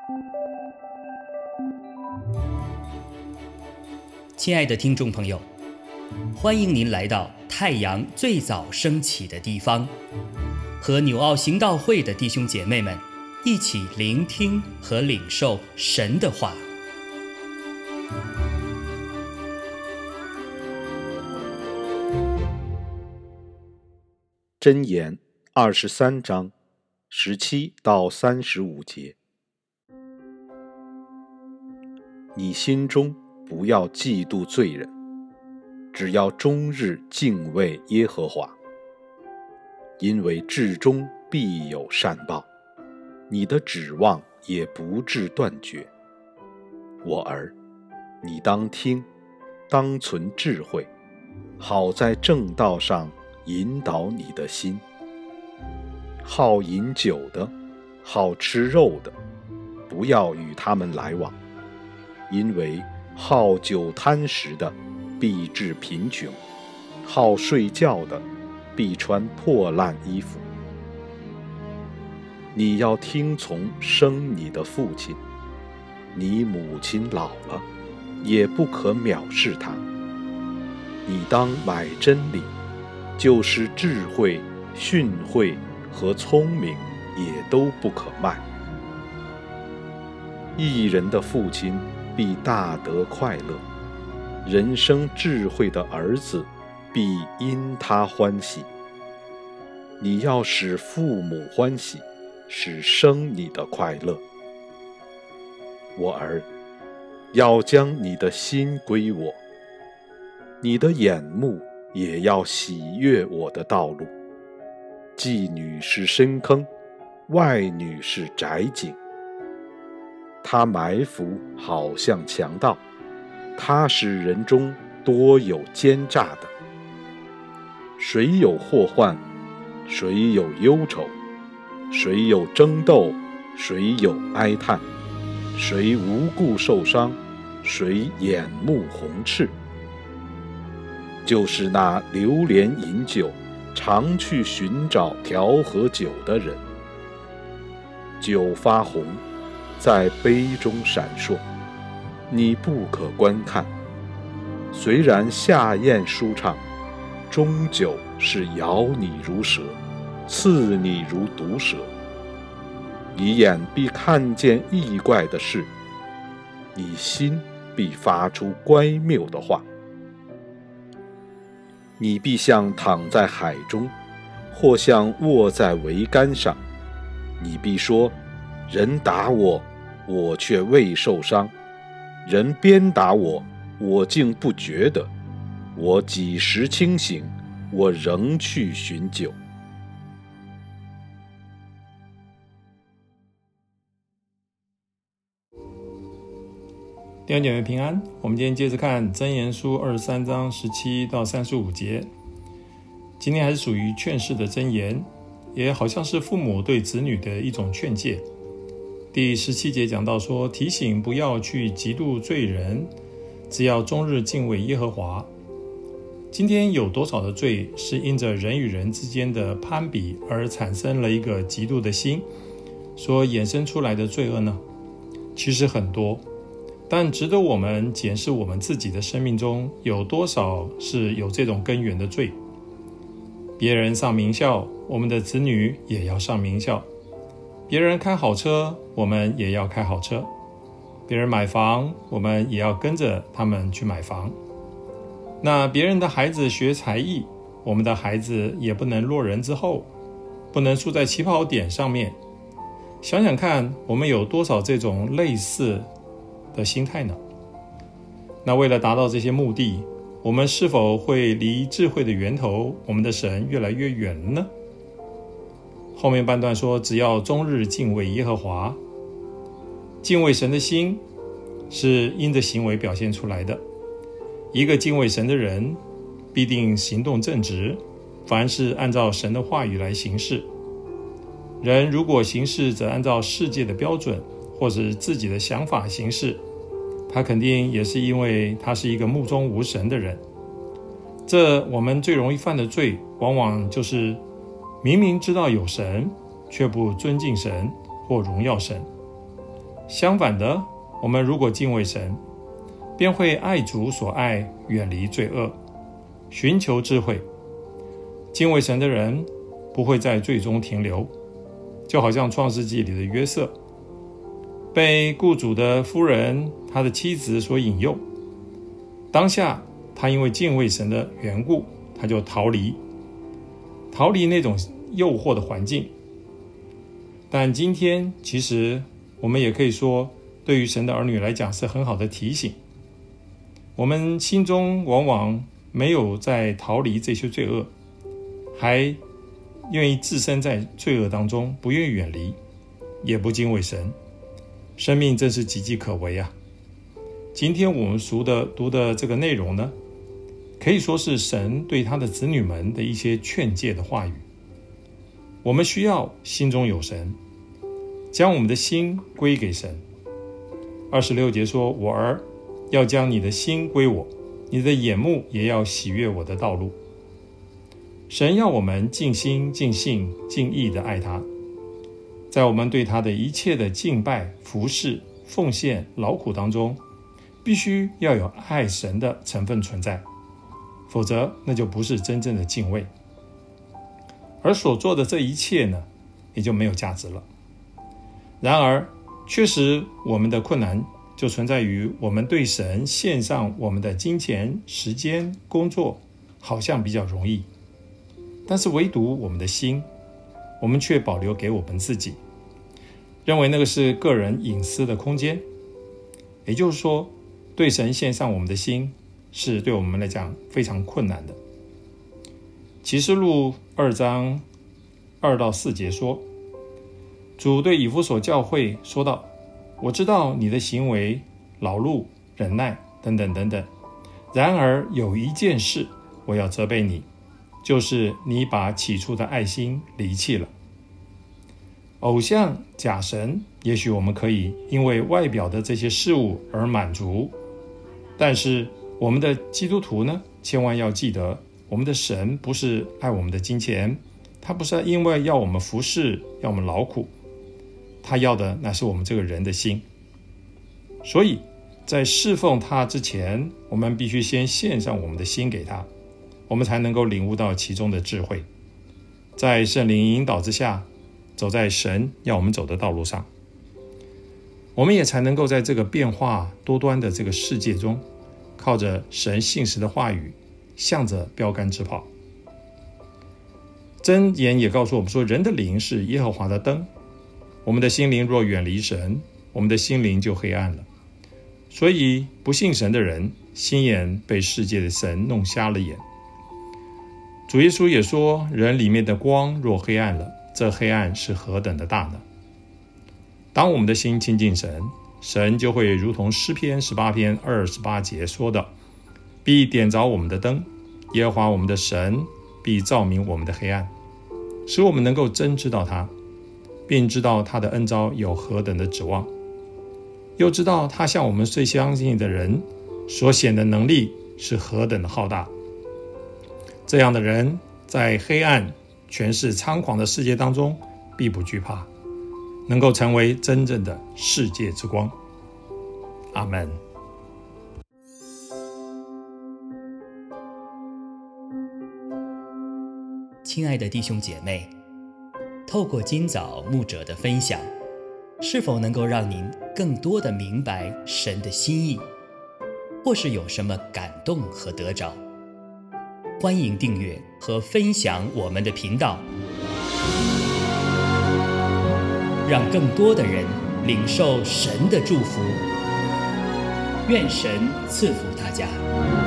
亲爱的听众朋友，欢迎您来到太阳最早升起的地方，和纽奥行道会的弟兄姐妹们一起聆听和领受神的话。 箴言23章17到35节。你心中不要嫉妒罪人，只要终日敬畏耶和华，因为至终必有善报，你的指望也不致断绝。我儿，你当听，当存智慧，好在正道上引导你的心。好饮酒的，好吃肉的，不要与他们来往，因为好酒贪食的必致贫穷，好睡觉的必穿破烂衣服。你要听从生你的父亲，你母亲老了，也不可藐视她。你当买真理，就是智慧、训诲和聪明也都不可卖。义人的父亲必大得快乐，人生智慧的儿子必因他欢喜。你要使父母欢喜，使生你的快乐。我儿，要将你的心归我，你的眼目也要喜悦我的道路。妓女是深坑，外女是窄井，她埋伏好像强盗，她使人中多有奸诈的。谁有祸患，谁有忧愁，谁有争斗，谁有哀叹，谁无故受伤，谁眼目红赤。就是那流连饮酒，常去寻找调和酒的人。酒发红，在杯中闪烁，你不可观看。虽然下咽舒畅，终究是咬你如蛇，刺你如毒蛇。你眼必看见异怪的事，你心必发出乖谬的话。你必像躺在海中，或像卧在桅杆上。你必说，人打我，我却未受伤；人鞭打我，我竟不觉得。我几时清醒，我仍去寻酒。 弟兄姐妹平安，我们今天接着看箴言书23章17到35节。今天还是属于劝世的箴言，也好像是父母对子女的一种劝诫。第17节讲到说，提醒不要去嫉妒罪人，只要终日敬畏耶和华。今天有多少的罪是因着人与人之间的攀比而产生了一个嫉妒的心所衍生出来的罪恶呢？其实很多，但值得我们检视我们自己的生命中有多少是有这种根源的罪。别人上名校，我们的子女也要上名校；别人开好车，我们也要开好车；别人买房，我们也要跟着他们去买房。那别人的孩子学才艺，我们的孩子也不能落人之后，不能输在起跑点上面。想想看，我们有多少这种类似的心态呢？那为了达到这些目的，我们是否会离智慧的源头，我们的神越来越远呢？后面半段说，只要终日敬畏耶和华。敬畏神的心是因着行为表现出来的。一个敬畏神的人必定行动正直，凡是按照神的话语来行事。人如果行事则按照世界的标准或是自己的想法行事，他肯定也是因为他是一个目中无神的人。这我们最容易犯的罪，往往就是明明知道有神，却不尊敬神或荣耀神。 相反的，我们如果敬畏神，便会爱主所爱，远离罪恶，寻求智慧。敬畏神的人不会在罪中停留，就好像创世纪里的约瑟，被雇主的夫人他的妻子所引诱，当下他因为敬畏神的缘故，他就逃离那种诱惑的环境。但今天其实我们也可以说，对于神的儿女来讲是很好的提醒，我们心中往往没有在逃离这些罪恶，还愿意置身在罪恶当中，不愿意远离，也不敬畏神，生命真是岌岌可危啊。今天我们读的这个内容呢，可以说是神对他的子女们的一些劝诫的话语。我们需要心中有神，将我们的心归给神。26节说，我儿，要将你的心归我，你的眼目也要喜悦我的道路。神要我们尽心尽性尽意地爱他，在我们对他的一切的敬拜、服侍、奉献、劳苦当中，必须要有爱神的成分存在，否则那就不是真正的敬畏，而所做的这一切呢，也就没有价值了。然而确实我们的困难就存在于我们对神献上我们的金钱、时间、工作好像比较容易，但是唯独我们的心，我们却保留给我们自己，认为那个是个人隐私的空间。也就是说，对神献上我们的心是对我们来讲非常困难的。启示录2章2到4节说，主对以弗所教会说道，我知道你的行为、劳碌、忍耐等等等等，然而有一件事我要责备你，就是你把起初的爱心离弃了。偶像、假神，也许我们可以因为外表的这些事物而满足，但是我们的基督徒呢，千万要记得，我们的神不是爱我们的金钱，他不是因为要我们服侍，要我们劳苦，他要的那是我们这个人的心。所以在侍奉他之前，我们必须先献上我们的心给他，我们才能够领悟到其中的智慧，在圣灵引导之下，走在神要我们走的道路上，我们也才能够在这个变化多端的这个世界中，靠着神信实的话语，向着标杆直跑。箴言也告诉我们说，人的灵是耶和华的灯，我们的心灵若远离神，我们的心灵就黑暗了。所以不信神的人，心眼被世界的神弄瞎了眼。主耶稣也说，人里面的光若黑暗了，这黑暗是何等的大呢？当我们的心亲近神，神就会如同诗篇18篇28节说的，必点着我们的灯，耶和华我们的神必照明我们的黑暗，使我们能够真知道他，并知道他的恩召有何等的指望，又知道他向我们最相信的人所显的能力是何等的浩大。这样的人在黑暗权势猖狂的世界当中必不惧怕，能够成为真正的世界之光。阿们。 亲爱的弟兄姐妹，透过今早牧者的分享，是否能够让您更多的明白神的心意，或是有什么感动和得着？欢迎订阅和分享我们的频道，让更多的人领受神的祝福。愿神赐福大家。